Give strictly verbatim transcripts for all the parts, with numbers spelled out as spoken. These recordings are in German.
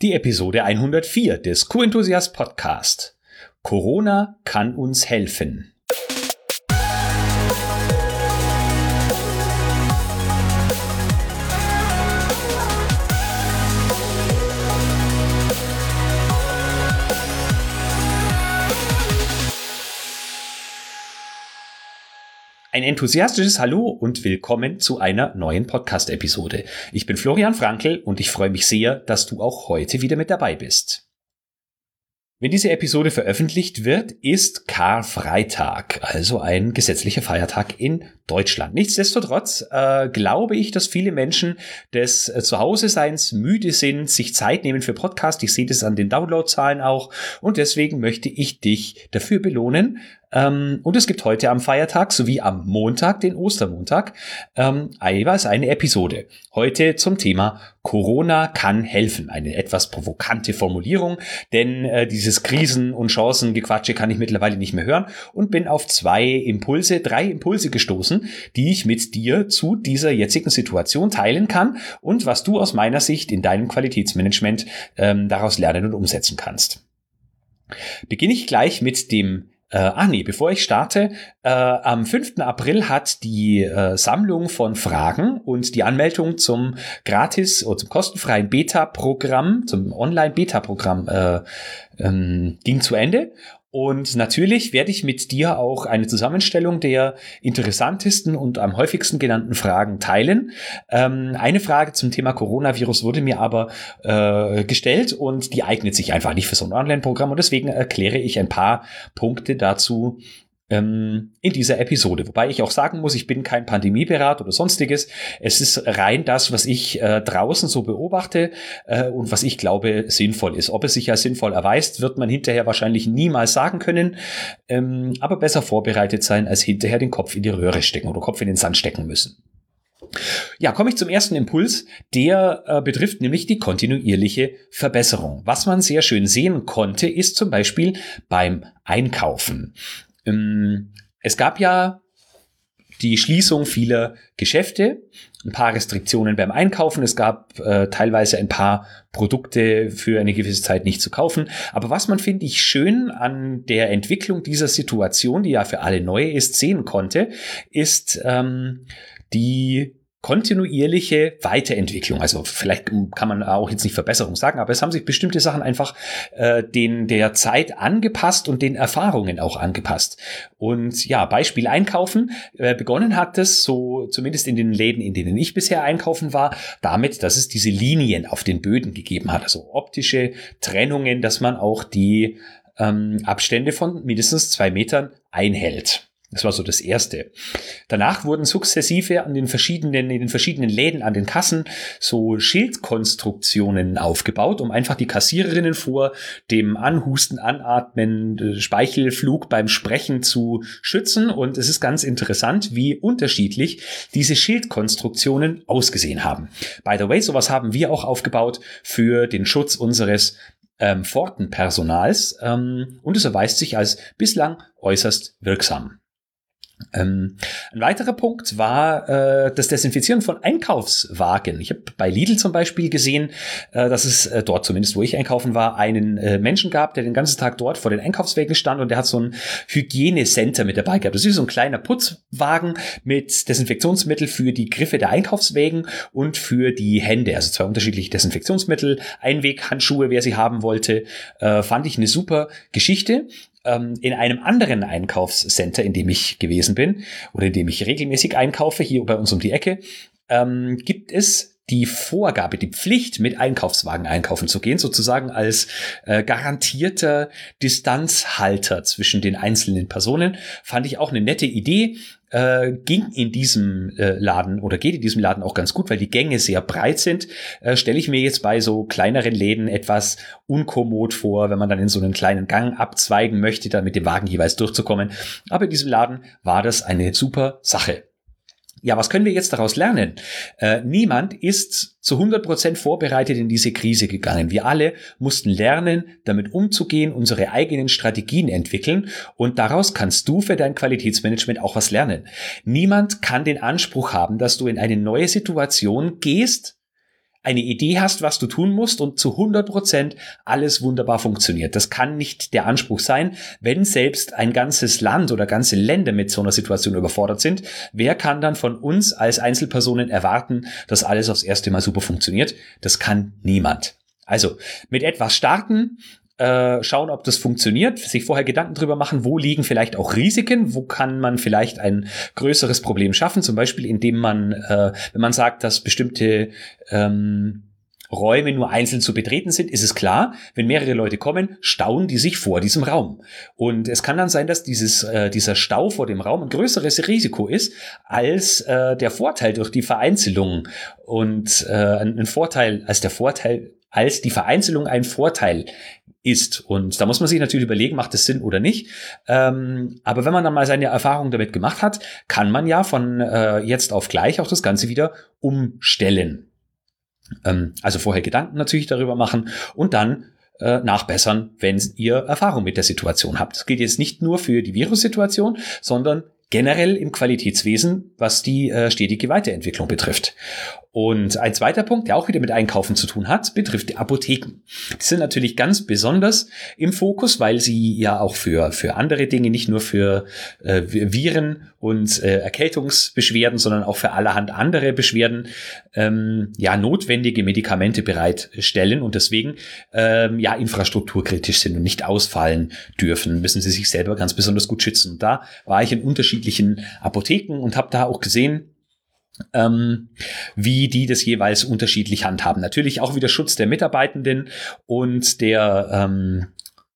Die Episode hundertvier des Q-Enthusiast Podcast. Corona kann uns helfen. Ein enthusiastisches Hallo und willkommen zu einer neuen Podcast-Episode. Ich bin Florian Frankl und ich freue mich sehr, dass du auch heute wieder mit dabei bist. Wenn diese Episode veröffentlicht wird, ist Karfreitag, also ein gesetzlicher Feiertag in Deutschland. Nichtsdestotrotz äh, glaube ich, dass viele Menschen des äh, Zuhause-Seins müde sind, sich Zeit nehmen für Podcast. Ich sehe das an den Downloadzahlen auch und deswegen möchte ich dich dafür belohnen. Ähm, und es gibt heute am Feiertag sowie am Montag, den Ostermontag, ähm, jeweils eine Episode. Heute zum Thema Corona kann helfen. Eine etwas provokante Formulierung, denn äh, dieses Krisen- und Chancengequatsche kann ich mittlerweile nicht mehr hören und bin auf zwei Impulse, drei Impulse gestoßen, die ich mit dir zu dieser jetzigen Situation teilen kann und was du aus meiner Sicht in deinem Qualitätsmanagement ähm, daraus lernen und umsetzen kannst. Beginne ich gleich mit dem Äh, ah nee, bevor ich starte, äh, am fünften April hat die äh, Sammlung von Fragen und die Anmeldung zum gratis oder zum kostenfreien Beta-Programm, zum Online-Beta-Programm äh, ähm, ging zu Ende. Und natürlich werde ich mit dir auch eine Zusammenstellung der interessantesten und am häufigsten genannten Fragen teilen. Ähm, eine Frage zum Thema Coronavirus wurde mir aber äh, gestellt und die eignet sich einfach nicht für so ein Online-Programm und deswegen erkläre ich ein paar Punkte dazu ähm, in dieser Episode. Wobei ich auch sagen muss, ich bin kein Pandemieberater oder sonstiges. Es ist rein das, was ich äh, draußen so beobachte äh, und was ich glaube sinnvoll ist. Ob es sich als sinnvoll erweist, wird man hinterher wahrscheinlich niemals sagen können. Ähm, aber besser vorbereitet sein, als hinterher den Kopf in die Röhre stecken oder Kopf in den Sand stecken müssen. Ja, komme ich zum ersten Impuls. Der äh, betrifft nämlich die kontinuierliche Verbesserung. Was man sehr schön sehen konnte, ist zum Beispiel beim Einkaufen. Es gab ja die Schließung vieler Geschäfte, ein paar Restriktionen beim Einkaufen. Es gab äh, teilweise ein paar Produkte für eine gewisse Zeit nicht zu kaufen. Aber was man, finde ich, schön an der Entwicklung dieser Situation, die ja für alle neu ist, sehen konnte, ist ähm, die kontinuierliche Weiterentwicklung. Also vielleicht kann man auch jetzt nicht Verbesserung sagen, aber es haben sich bestimmte Sachen einfach äh, den der Zeit angepasst und den Erfahrungen auch angepasst. Und ja, Beispiel Einkaufen. Äh, begonnen hat es, so zumindest in den Läden, in denen ich bisher einkaufen war, damit, dass es diese Linien auf den Böden gegeben hat. Also optische Trennungen, dass man auch die ähm, Abstände von mindestens zwei Metern einhält. Das war so das Erste. Danach wurden sukzessive an den verschiedenen, in den verschiedenen Läden an den Kassen so Schildkonstruktionen aufgebaut, um einfach die Kassiererinnen vor dem Anhusten, Anatmen, Speichelflug beim Sprechen zu schützen. Und es ist ganz interessant, wie unterschiedlich diese Schildkonstruktionen ausgesehen haben. By the way, sowas haben wir auch aufgebaut für den Schutz unseres ähm, Pfortenpersonals. Ähm, und es erweist sich als bislang äußerst wirksam. Ähm, ein weiterer Punkt war äh, das Desinfizieren von Einkaufswagen. Ich habe bei Lidl zum Beispiel gesehen, äh, dass es äh, dort zumindest, wo ich einkaufen war, einen äh, Menschen gab, der den ganzen Tag dort vor den Einkaufswägen stand und der hat so ein Hygienecenter mit dabei gehabt. Das ist so ein kleiner Putzwagen mit Desinfektionsmittel für die Griffe der Einkaufswägen und für die Hände. Also zwei unterschiedliche Desinfektionsmittel, Einweghandschuhe, wer sie haben wollte. Äh, fand ich eine super Geschichte. In einem anderen Einkaufscenter, in dem ich gewesen bin oder in dem ich regelmäßig einkaufe, hier bei uns um die Ecke, ähm, gibt es die Vorgabe, die Pflicht, mit Einkaufswagen einkaufen zu gehen, sozusagen als äh, garantierter Distanzhalter zwischen den einzelnen Personen. Fand ich auch eine nette Idee. Äh, ging in diesem äh, Laden oder geht in diesem Laden auch ganz gut, weil die Gänge sehr breit sind. Äh, stelle ich mir jetzt bei so kleineren Läden etwas unkommod vor, wenn man dann in so einen kleinen Gang abzweigen möchte, dann mit dem Wagen jeweils durchzukommen. Aber in diesem Laden war das eine super Sache. Ja, was können wir jetzt daraus lernen? Äh, niemand ist zu hundert Prozent vorbereitet in diese Krise gegangen. Wir alle mussten lernen, damit umzugehen, unsere eigenen Strategien entwickeln und daraus kannst du für dein Qualitätsmanagement auch was lernen. Niemand kann den Anspruch haben, dass du in eine neue Situation gehst, eine Idee hast, was du tun musst und zu hundert Prozent alles wunderbar funktioniert. Das kann nicht der Anspruch sein, wenn selbst ein ganzes Land oder ganze Länder mit so einer Situation überfordert sind. Wer kann dann von uns als Einzelpersonen erwarten, dass alles aufs erste Mal super funktioniert? Das kann niemand. Also mit etwas starten, Äh, schauen, ob das funktioniert, sich vorher Gedanken drüber machen, wo liegen vielleicht auch Risiken, wo kann man vielleicht ein größeres Problem schaffen, zum Beispiel indem man, äh, wenn man sagt, dass bestimmte ähm, Räume nur einzeln zu betreten sind, ist es klar, wenn mehrere Leute kommen, stauen die sich vor diesem Raum. Und es kann dann sein, dass dieses, äh, dieser Stau vor dem Raum ein größeres Risiko ist, als äh, der Vorteil durch die Vereinzelung und äh, ein Vorteil, als der Vorteil, als die Vereinzelung ein Vorteil ist. Und da muss man sich natürlich überlegen, macht es Sinn oder nicht. Ähm, aber wenn man dann mal seine Erfahrung damit gemacht hat, kann man ja von äh, jetzt auf gleich auch das Ganze wieder umstellen. Ähm, also vorher Gedanken natürlich darüber machen und dann äh, nachbessern, wenn ihr Erfahrung mit der Situation habt. Das gilt jetzt nicht nur für die Virussituation, sondern generell im Qualitätswesen, was die äh, stetige Weiterentwicklung betrifft. Und ein zweiter Punkt, der auch wieder mit Einkaufen zu tun hat, betrifft die Apotheken. Die sind natürlich ganz besonders im Fokus, weil sie ja auch für für andere Dinge, nicht nur für äh, Viren und äh, Erkältungsbeschwerden, sondern auch für allerhand andere Beschwerden ähm, ja notwendige Medikamente bereitstellen und deswegen ähm, ja infrastrukturkritisch sind und nicht ausfallen dürfen, müssen sie sich selber ganz besonders gut schützen. Und da war ich in unterschiedlichen Apotheken und habe da auch gesehen, Ähm, wie die das jeweils unterschiedlich handhaben. Natürlich auch wieder Schutz der Mitarbeitenden und der, ähm,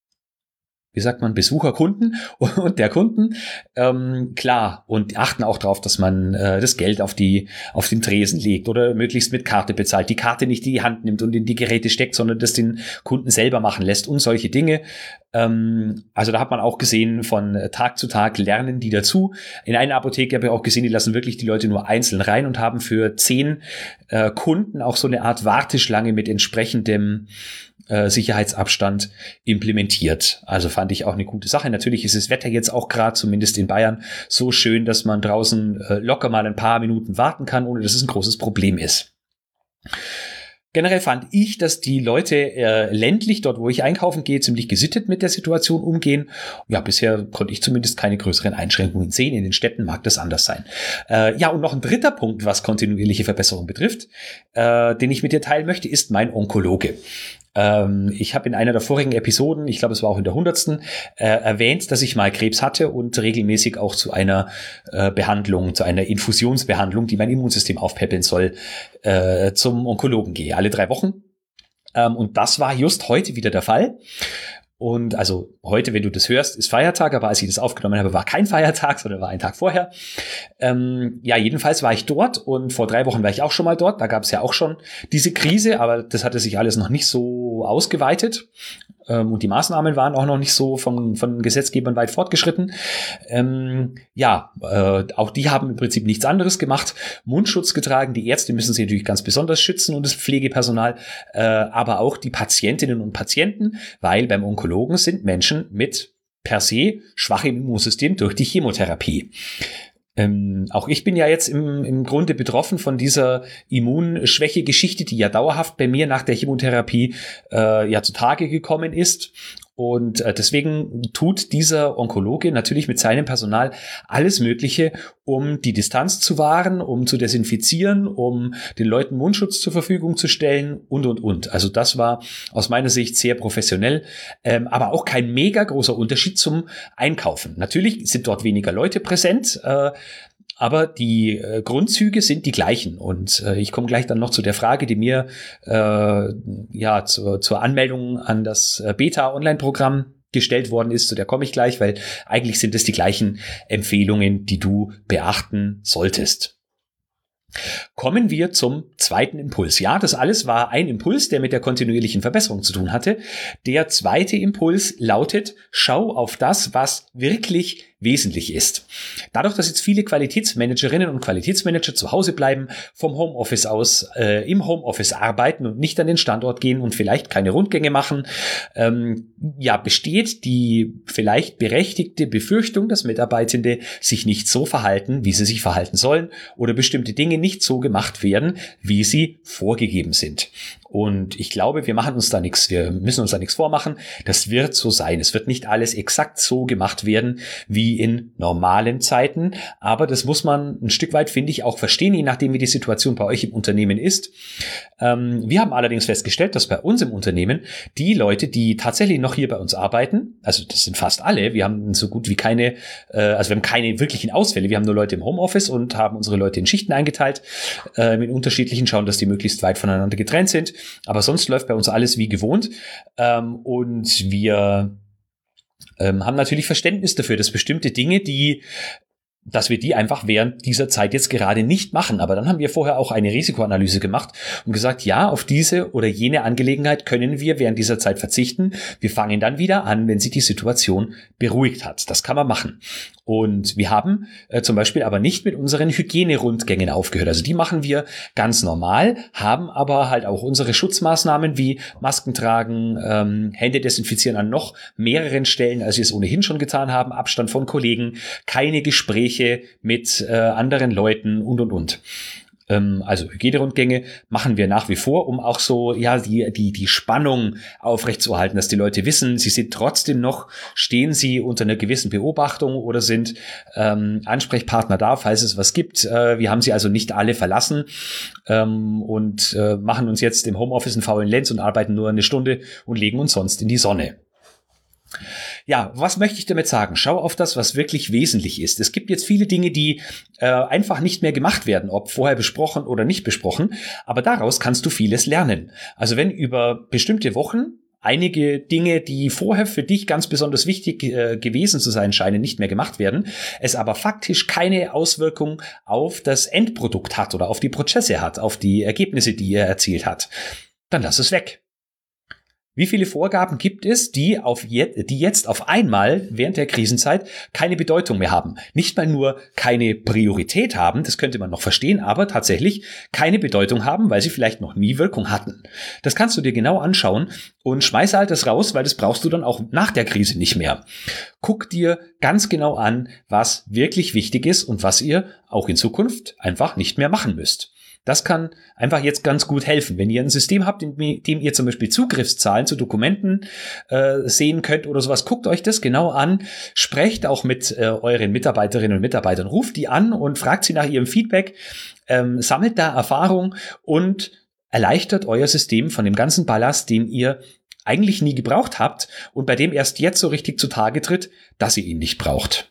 wie sagt man, Besucherkunden und der Kunden, ähm, klar, und achten auch darauf, dass man äh, das Geld auf die auf den Tresen legt oder möglichst mit Karte bezahlt, die Karte nicht in die Hand nimmt und in die Geräte steckt, sondern das den Kunden selber machen lässt und solche Dinge. Ähm, also da hat man auch gesehen, von Tag zu Tag lernen die dazu. In einer Apotheke habe ich auch gesehen, die lassen wirklich die Leute nur einzeln rein und haben für zehn äh, Kunden auch so eine Art Warteschlange mit entsprechendem Sicherheitsabstand implementiert. Also fand ich auch eine gute Sache. Natürlich ist das Wetter jetzt auch gerade, zumindest in Bayern, so schön, dass man draußen äh, locker mal ein paar Minuten warten kann, ohne dass es ein großes Problem ist. Generell fand ich, dass die Leute äh, ländlich, dort wo ich einkaufen gehe, ziemlich gesittet mit der Situation umgehen. Ja, bisher konnte ich zumindest keine größeren Einschränkungen sehen. In den Städten mag das anders sein. Äh, ja, und noch ein dritter Punkt, was kontinuierliche Verbesserung betrifft, äh, den ich mit dir teilen möchte, ist mein Onkologe. Ähm, ich habe in einer der vorigen Episoden, ich glaube es war auch in der hundertsten, äh, erwähnt, dass ich mal Krebs hatte und regelmäßig auch zu einer äh, Behandlung, zu einer Infusionsbehandlung, die mein Immunsystem aufpäppeln soll, äh, zum Onkologen gehe, alle drei Wochen. Ähm, und das war just heute wieder der Fall. Und also heute, wenn du das hörst, ist Feiertag, aber als ich das aufgenommen habe, war kein Feiertag, sondern war ein Tag vorher. Ähm, ja, jedenfalls war ich dort und vor drei Wochen war ich auch schon mal dort. Da gab es ja auch schon diese Krise, aber das hatte sich alles noch nicht so ausgeweitet. Ähm, und die Maßnahmen waren auch noch nicht so von, von Gesetzgebern weit fortgeschritten. Ähm, ja, äh, auch die haben im Prinzip nichts anderes gemacht. Mundschutz getragen. Die Ärzte müssen sich natürlich ganz besonders schützen und das Pflegepersonal, äh, aber auch die Patientinnen und Patienten, weil beim Onkologen sind Menschen mit per se schwachem Immunsystem durch die Chemotherapie. Ähm, auch ich bin ja jetzt im, im Grunde betroffen von dieser Immunschwäche-Geschichte, die ja dauerhaft bei mir nach der Chemotherapie äh, ja zutage gekommen ist. Und äh, deswegen tut dieser Onkologe natürlich mit seinem Personal alles Mögliche, um die Distanz zu wahren, um zu desinfizieren, um den Leuten Mundschutz zur Verfügung zu stellen und, und, und. Also das war aus meiner Sicht sehr professionell, ähm, aber auch kein mega großer Unterschied zum Einkaufen. Natürlich sind dort weniger Leute präsent, äh, aber die äh, Grundzüge sind die gleichen. Und äh, ich komme gleich dann noch zu der Frage, die mir äh, ja zur, zur Anmeldung an das äh, Beta-Online-Programm gestellt worden ist. Zu der komme ich gleich, weil eigentlich sind es die gleichen Empfehlungen, die du beachten solltest. Kommen wir zum zweiten Impuls. Ja, das alles war ein Impuls, der mit der kontinuierlichen Verbesserung zu tun hatte. Der zweite Impuls lautet, schau auf das, was wirklich wesentlich ist. Dadurch, dass jetzt viele Qualitätsmanagerinnen und Qualitätsmanager zu Hause bleiben, vom Homeoffice aus äh, im Homeoffice arbeiten und nicht an den Standort gehen und vielleicht keine Rundgänge machen, ähm, ja, besteht die vielleicht berechtigte Befürchtung, dass Mitarbeitende sich nicht so verhalten, wie sie sich verhalten sollen oder bestimmte Dinge nicht so gemacht werden, wie sie vorgegeben sind. Und ich glaube, wir machen uns da nichts, wir müssen uns da nichts vormachen. Das wird so sein. Es wird nicht alles exakt so gemacht werden wie in normalen Zeiten. Aber das muss man ein Stück weit, finde ich, auch verstehen, je nachdem, wie die Situation bei euch im Unternehmen ist. Ähm, wir haben allerdings festgestellt, dass bei uns im Unternehmen die Leute, die tatsächlich noch hier bei uns arbeiten, also das sind fast alle, wir haben so gut wie keine, äh, also wir haben keine wirklichen Ausfälle. Wir haben nur Leute im Homeoffice und haben unsere Leute in Schichten eingeteilt, äh, mit unterschiedlichen, schauen, dass die möglichst weit voneinander getrennt sind. Aber sonst läuft bei uns alles wie gewohnt. Ähm, und wir ähm, haben natürlich Verständnis dafür, dass bestimmte Dinge, die dass wir die einfach während dieser Zeit jetzt gerade nicht machen. Aber dann haben wir vorher auch eine Risikoanalyse gemacht und gesagt, ja, auf diese oder jene Angelegenheit können wir während dieser Zeit verzichten. Wir fangen dann wieder an, wenn sich die Situation beruhigt hat. Das kann man machen. Und wir haben äh, zum Beispiel aber nicht mit unseren Hygienerundgängen aufgehört. Also die machen wir ganz normal, haben aber halt auch unsere Schutzmaßnahmen wie Masken tragen, ähm, Hände desinfizieren an noch mehreren Stellen, als wir es ohnehin schon getan haben, Abstand von Kollegen, keine Gespräche mit äh, anderen Leuten und, und, und. Also Hygienerundgänge machen wir nach wie vor, um auch so ja die die die Spannung aufrechtzuerhalten, dass die Leute wissen, sie sind trotzdem noch, stehen sie unter einer gewissen Beobachtung oder sind ähm, Ansprechpartner da, falls es was gibt. Äh, wir haben sie also nicht alle verlassen ähm, und äh, machen uns jetzt im Homeoffice einen faulen Lenz und arbeiten nur eine Stunde und legen uns sonst in die Sonne. Ja, was möchte ich damit sagen? Schau auf das, was wirklich wesentlich ist. Es gibt jetzt viele Dinge, die äh, einfach nicht mehr gemacht werden, ob vorher besprochen oder nicht besprochen, aber daraus kannst du vieles lernen. Also wenn über bestimmte Wochen einige Dinge, die vorher für dich ganz besonders wichtig äh, gewesen zu sein scheinen, nicht mehr gemacht werden, es aber faktisch keine Auswirkung auf das Endprodukt hat oder auf die Prozesse hat, auf die Ergebnisse, die er erzielt hat, dann lass es weg. Wie viele Vorgaben gibt es, die, auf je- die jetzt auf einmal während der Krisenzeit keine Bedeutung mehr haben? Nicht mal nur keine Priorität haben, das könnte man noch verstehen, aber tatsächlich keine Bedeutung haben, weil sie vielleicht noch nie Wirkung hatten. Das kannst du dir genau anschauen und schmeiß halt das raus, weil das brauchst du dann auch nach der Krise nicht mehr. Guck dir ganz genau an, was wirklich wichtig ist und was ihr auch in Zukunft einfach nicht mehr machen müsst. Das kann einfach jetzt ganz gut helfen. Wenn ihr ein System habt, in dem ihr zum Beispiel Zugriffszahlen zu Dokumenten äh, sehen könnt oder sowas, guckt euch das genau an, sprecht auch mit äh, euren Mitarbeiterinnen und Mitarbeitern, ruft die an und fragt sie nach ihrem Feedback, ähm, sammelt da Erfahrung und erleichtert euer System von dem ganzen Ballast, den ihr eigentlich nie gebraucht habt und bei dem erst jetzt so richtig zutage tritt, dass ihr ihn nicht braucht.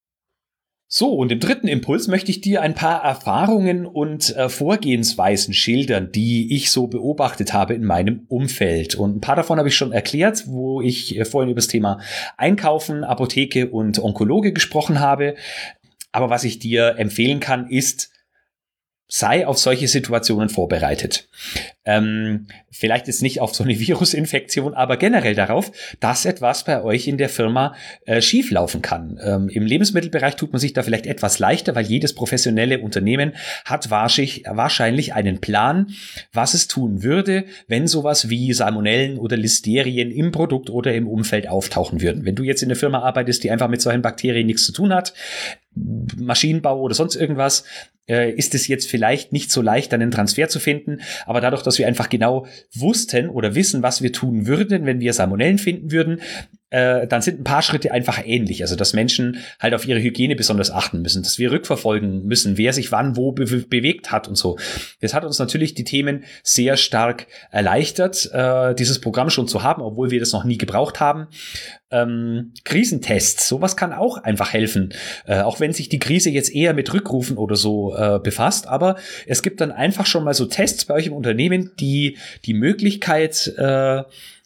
So, und im dritten Impuls möchte ich dir ein paar Erfahrungen und äh, Vorgehensweisen schildern, die ich so beobachtet habe in meinem Umfeld. Und ein paar davon habe ich schon erklärt, wo ich äh, vorhin über das Thema Einkaufen, Apotheke und Onkologe gesprochen habe. Aber was ich dir empfehlen kann, ist, sei auf solche Situationen vorbereitet. Ähm, vielleicht jetzt nicht auf so eine Virusinfektion, aber generell darauf, dass etwas bei euch in der Firma äh, schieflaufen kann. Ähm, Im Lebensmittelbereich tut man sich da vielleicht etwas leichter, weil jedes professionelle Unternehmen hat wahrscheinlich, wahrscheinlich einen Plan, was es tun würde, wenn sowas wie Salmonellen oder Listerien im Produkt oder im Umfeld auftauchen würden. Wenn du jetzt in einer Firma arbeitest, die einfach mit solchen Bakterien nichts zu tun hat, Maschinenbau oder sonst irgendwas, äh, ist es jetzt vielleicht nicht so leicht, einen Transfer zu finden. Aber dadurch, dass wir einfach genau wussten oder wissen, was wir tun würden, wenn wir Salmonellen finden würden, äh, dann sind ein paar Schritte einfach ähnlich. Also, dass Menschen halt auf ihre Hygiene besonders achten müssen, dass wir rückverfolgen müssen, wer sich wann wo be- bewegt hat und so. Das hat uns natürlich die Themen sehr stark erleichtert, äh, dieses Programm schon zu haben, obwohl wir das noch nie gebraucht haben. Ähm, Krisentests, sowas kann auch einfach helfen, äh, auch wenn sich die Krise jetzt eher mit Rückrufen oder so äh, befasst, aber es gibt dann einfach schon mal so Tests bei euch im Unternehmen, die die Möglichkeit äh,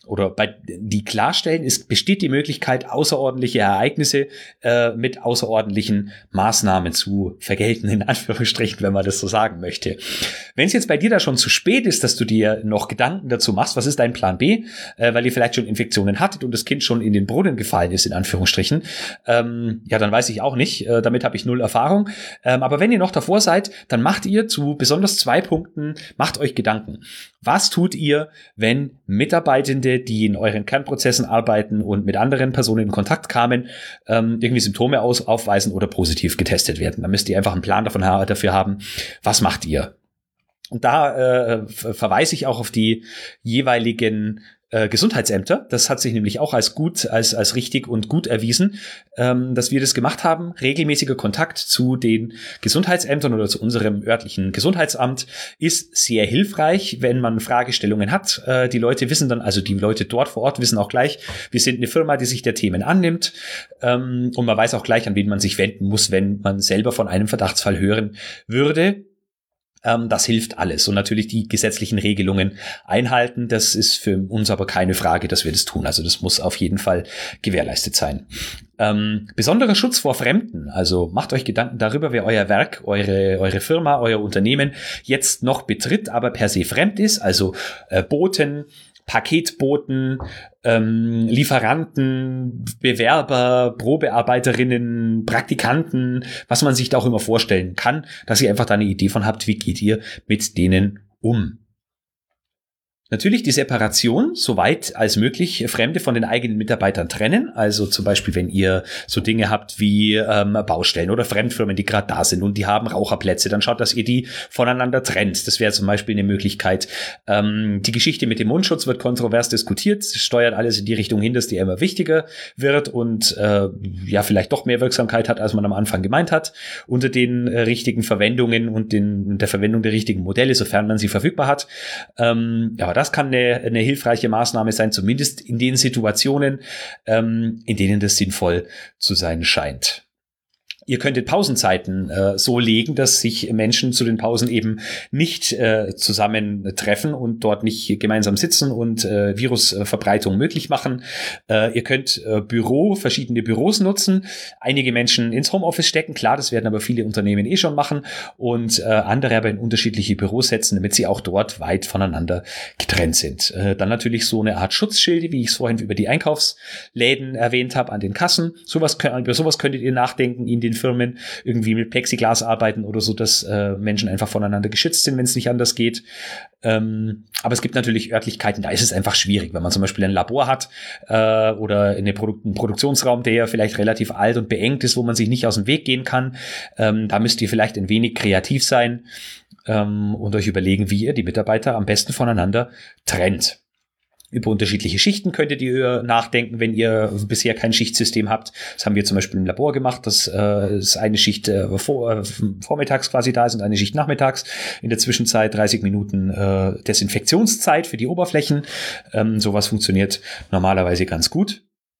oder bei die klarstellen, es besteht die Möglichkeit, außerordentliche Ereignisse äh, mit außerordentlichen Maßnahmen zu vergelten, in Anführungsstrichen, wenn man das so sagen möchte. Wenn es jetzt bei dir da schon zu spät ist, dass du dir noch Gedanken dazu machst, was ist dein Plan B, äh, weil ihr vielleicht schon Infektionen hattet und das Kind schon in den Brunnen gefallen ist, in Anführungsstrichen, ähm, ja, dann weiß ich auch nicht, äh, damit habe ich null Erfahrung. Ähm, aber wenn ihr noch davor seid, dann macht ihr zu besonders zwei Punkten, macht euch Gedanken. Was tut ihr, wenn Mitarbeitende, die in euren Kernprozessen arbeiten und mit anderen Personen in Kontakt kamen, ähm, irgendwie Symptome aus, aufweisen oder positiv getestet werden? Da müsst ihr einfach einen Plan davon ha- dafür haben. Was macht ihr? Und da äh, verweise ich auch auf die jeweiligen äh, Gesundheitsämter. Das hat sich nämlich auch als gut, als als richtig und gut erwiesen, ähm, dass wir das gemacht haben. Regelmäßiger Kontakt zu den Gesundheitsämtern oder zu unserem örtlichen Gesundheitsamt ist sehr hilfreich, wenn man Fragestellungen hat. Äh, die Leute wissen dann, also die Leute dort vor Ort wissen auch gleich, wir sind eine Firma, die sich der Themen annimmt, ähm, und man weiß auch gleich, an wen man sich wenden muss, wenn man selber von einem Verdachtsfall hören würde. Das hilft alles. Und natürlich die gesetzlichen Regelungen einhalten. Das ist für uns aber keine Frage, dass wir das tun. Also das muss auf jeden Fall gewährleistet sein. Ähm, besonderer Schutz vor Fremden. Also macht euch Gedanken darüber, wer euer Werk, eure, eure Firma, euer Unternehmen jetzt noch betritt, aber per se fremd ist. Also äh, Boten, Paketboten, ähm, Lieferanten, Bewerber, Probearbeiterinnen, Praktikanten, was man sich da auch immer vorstellen kann, dass ihr einfach da eine Idee von habt, wie geht ihr mit denen um. Natürlich die Separation, soweit als möglich, Fremde von den eigenen Mitarbeitern trennen. Also zum Beispiel, wenn ihr so Dinge habt wie ähm, Baustellen oder Fremdfirmen, die gerade da sind und die haben Raucherplätze, dann schaut, dass ihr die voneinander trennt. Das wäre zum Beispiel eine Möglichkeit. Ähm, die Geschichte mit dem Mundschutz wird kontrovers diskutiert, steuert alles in die Richtung hin, dass die immer wichtiger wird und äh, ja vielleicht doch mehr Wirksamkeit hat, als man am Anfang gemeint hat, unter den äh, richtigen Verwendungen und den, der Verwendung der richtigen Modelle, sofern man sie verfügbar hat. Ähm, ja, das kann eine, eine hilfreiche Maßnahme sein, zumindest in den Situationen, ähm, in denen das sinnvoll zu sein scheint. Ihr könntet Pausenzeiten äh, so legen, dass sich Menschen zu den Pausen eben nicht äh, zusammentreffen und dort nicht gemeinsam sitzen und äh, Virusverbreitung möglich machen. Äh, ihr könnt äh, Büro, verschiedene Büros nutzen, einige Menschen ins Homeoffice stecken, klar, das werden aber viele Unternehmen eh schon machen, und äh, andere aber in unterschiedliche Büros setzen, damit sie auch dort weit voneinander getrennt sind. Äh, dann natürlich so eine Art Schutzschilde, wie ich es vorhin über die Einkaufsläden erwähnt habe, an den Kassen. Sowas, über sowas könntet ihr nachdenken, in den Firmen irgendwie mit Plexiglas arbeiten oder so, dass äh, Menschen einfach voneinander geschützt sind, wenn es nicht anders geht. Ähm, aber es gibt natürlich Örtlichkeiten, da ist es einfach schwierig, wenn man zum Beispiel ein Labor hat äh, oder eine Produ- einen Produktionsraum, der ja vielleicht relativ alt und beengt ist, wo man sich nicht aus dem Weg gehen kann. Ähm, da müsst ihr vielleicht ein wenig kreativ sein ähm, und euch überlegen, wie ihr die Mitarbeiter am besten voneinander trennt. Über unterschiedliche Schichten könntet ihr nachdenken, wenn ihr bisher kein Schichtsystem habt. Das haben wir zum Beispiel im Labor gemacht, dass äh, es eine Schicht äh, vor, äh, vormittags quasi da ist und eine Schicht nachmittags. In der Zwischenzeit dreißig Minuten äh, Desinfektionszeit für die Oberflächen. Ähm, sowas funktioniert normalerweise ganz gut.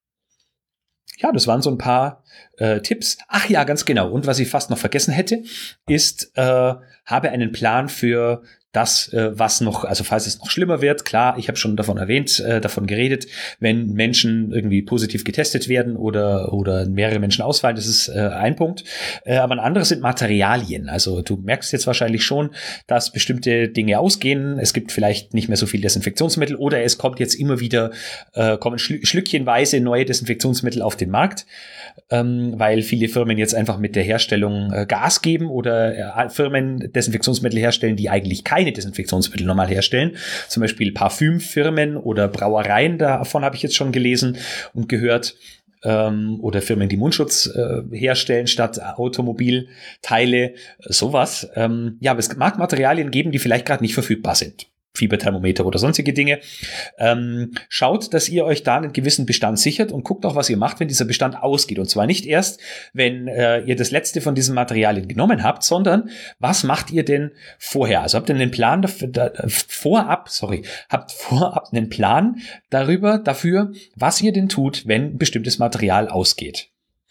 Ja, das waren so ein paar äh, Tipps. Ach ja, ganz genau. Und was ich fast noch vergessen hätte, ist, äh, habe einen Plan für das, äh, was noch, also falls es noch schlimmer wird. Klar, ich habe schon davon erwähnt, äh, davon geredet, wenn Menschen irgendwie positiv getestet werden oder oder mehrere Menschen ausfallen, das ist äh, ein Punkt. Äh, aber ein anderes sind Materialien. Also du merkst jetzt wahrscheinlich schon, dass bestimmte Dinge ausgehen. Es gibt vielleicht nicht mehr so viel Desinfektionsmittel oder es kommt jetzt immer wieder, äh, kommen schlü- schlückchenweise neue Desinfektionsmittel auf den Markt, ähm, weil viele Firmen jetzt einfach mit der Herstellung äh, Gas geben oder äh, Firmen Desinfektionsmittel herstellen, die eigentlich keine Desinfektionsmittel normal herstellen. Zum Beispiel Parfümfirmen oder Brauereien, davon habe ich jetzt schon gelesen und gehört. Ähm, oder Firmen, die Mundschutz äh, herstellen statt Automobilteile, sowas. Ähm, ja, aber es mag Materialien geben, die vielleicht gerade nicht verfügbar sind. Fieberthermometer oder sonstige Dinge. Ähm, schaut, dass ihr euch da einen gewissen Bestand sichert und guckt auch, was ihr macht, wenn dieser Bestand ausgeht. Und zwar nicht erst, wenn äh, ihr das letzte von diesen Materialien genommen habt, sondern was macht ihr denn vorher? Also habt ihr einen Plan dafür, da, vorab, sorry, habt vorab einen Plan darüber, dafür, was ihr denn tut, wenn bestimmtes Material ausgeht.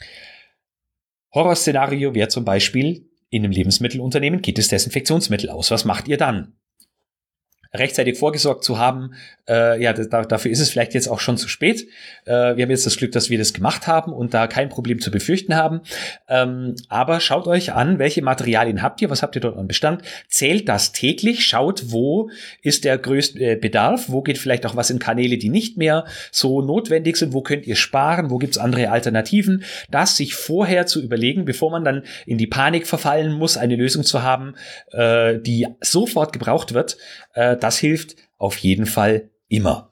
Horrorszenario wäre zum Beispiel, in einem Lebensmittelunternehmen geht das Desinfektionsmittel aus. Was macht ihr dann? rechtzeitig vorgesorgt zu haben, äh, ja, da, dafür ist es vielleicht jetzt auch schon zu spät. Äh, wir haben jetzt das Glück, dass wir das gemacht haben und da kein Problem zu befürchten haben. Ähm, aber schaut euch an, welche Materialien habt ihr, was habt ihr dort an Bestand, zählt das täglich, schaut, wo ist der größte äh, Bedarf, wo geht vielleicht auch was in Kanäle, die nicht mehr so notwendig sind, wo könnt ihr sparen, wo gibt's andere Alternativen, das sich vorher zu überlegen, bevor man dann in die Panik verfallen muss, eine Lösung zu haben, äh, die sofort gebraucht wird. Äh, das hilft auf jeden Fall immer.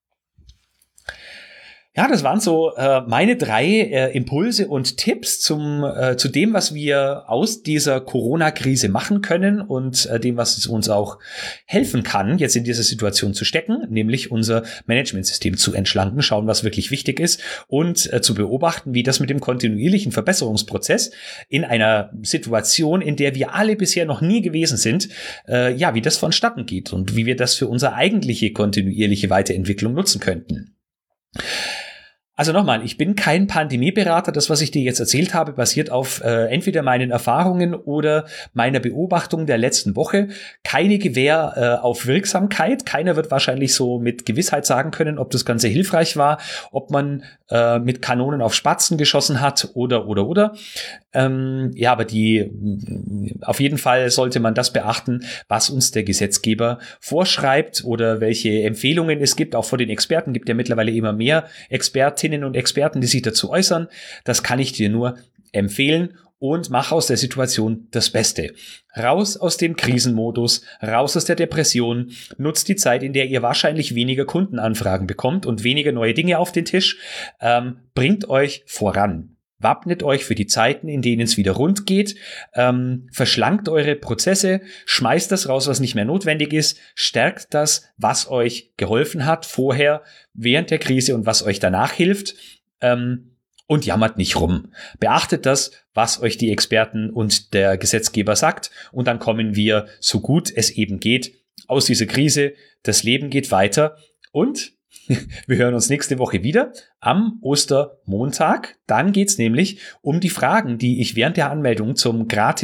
Ja, das waren so äh, meine drei äh, Impulse und Tipps zum äh, zu dem, was wir aus dieser Corona-Krise machen können und äh, dem, was uns auch helfen kann, jetzt in dieser Situation zu stecken, nämlich unser Managementsystem zu entschlanken, schauen, was wirklich wichtig ist und äh, zu beobachten, wie das mit dem kontinuierlichen Verbesserungsprozess in einer Situation, in der wir alle bisher noch nie gewesen sind, äh, ja, wie das vonstatten geht und wie wir das für unsere eigentliche kontinuierliche Weiterentwicklung nutzen könnten. Also nochmal, ich bin kein Pandemieberater. Das, was ich dir jetzt erzählt habe, basiert auf äh, entweder meinen Erfahrungen oder meiner Beobachtung der letzten Woche. Keine Gewähr äh, auf Wirksamkeit. Keiner wird wahrscheinlich so mit Gewissheit sagen können, ob das Ganze hilfreich war, ob man äh, mit Kanonen auf Spatzen geschossen hat oder, oder, oder. Ähm, ja, aber die, auf jeden Fall sollte man das beachten, was uns der Gesetzgeber vorschreibt oder welche Empfehlungen es gibt. Auch von den Experten gibt ja mittlerweile immer mehr Expertinnen und Experten, die sich dazu äußern. Das kann ich dir nur empfehlen und mach aus der Situation das Beste. Raus aus dem Krisenmodus, raus aus der Depression, nutzt die Zeit, in der ihr wahrscheinlich weniger Kundenanfragen bekommt und weniger neue Dinge auf den Tisch, ähm, bringt euch voran. Wappnet euch für die Zeiten, in denen es wieder rund geht, ähm, verschlankt eure Prozesse, schmeißt das raus, was nicht mehr notwendig ist, stärkt das, was euch geholfen hat vorher, während der Krise und was euch danach hilft, ähm, und jammert nicht rum. Beachtet das, was euch die Experten und der Gesetzgeber sagt, und dann kommen wir, so gut es eben geht, aus dieser Krise. Das Leben geht weiter und wir hören uns nächste Woche wieder am Ostermontag. Dann geht's nämlich um die Fragen, die ich während der Anmeldung zum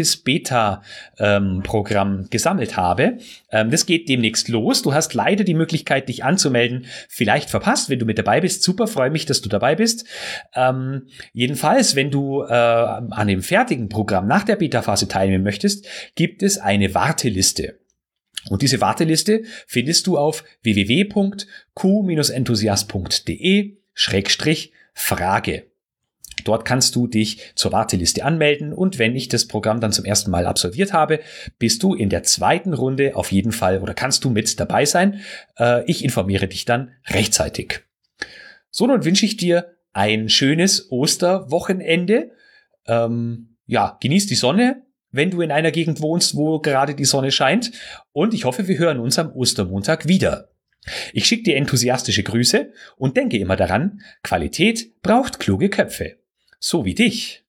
Gratis-Beta-Programm ähm, gesammelt habe. Ähm, das geht demnächst los. Du hast leider die Möglichkeit, dich anzumelden. Vielleicht verpasst, wenn du mit dabei bist. Super, freue mich, dass du dabei bist. Ähm, jedenfalls, wenn du äh, an dem fertigen Programm nach der Beta-Phase teilnehmen möchtest, gibt es eine Warteliste. Und diese Warteliste findest du auf w w w punkt q Bindestrich enthusiast punkt d e Schrägstrich Frage. Dort kannst du dich zur Warteliste anmelden und wenn ich das Programm dann zum ersten Mal absolviert habe, bist du in der zweiten Runde auf jeden Fall oder kannst du mit dabei sein. Ich informiere dich dann rechtzeitig. So, nun wünsche ich dir ein schönes Osterwochenende. Ähm, ja, genieß die Sonne, wenn du in einer Gegend wohnst, wo gerade die Sonne scheint. Und ich hoffe, wir hören uns am Ostermontag wieder. Ich schicke dir enthusiastische Grüße und denke immer daran, Qualität braucht kluge Köpfe. So wie dich.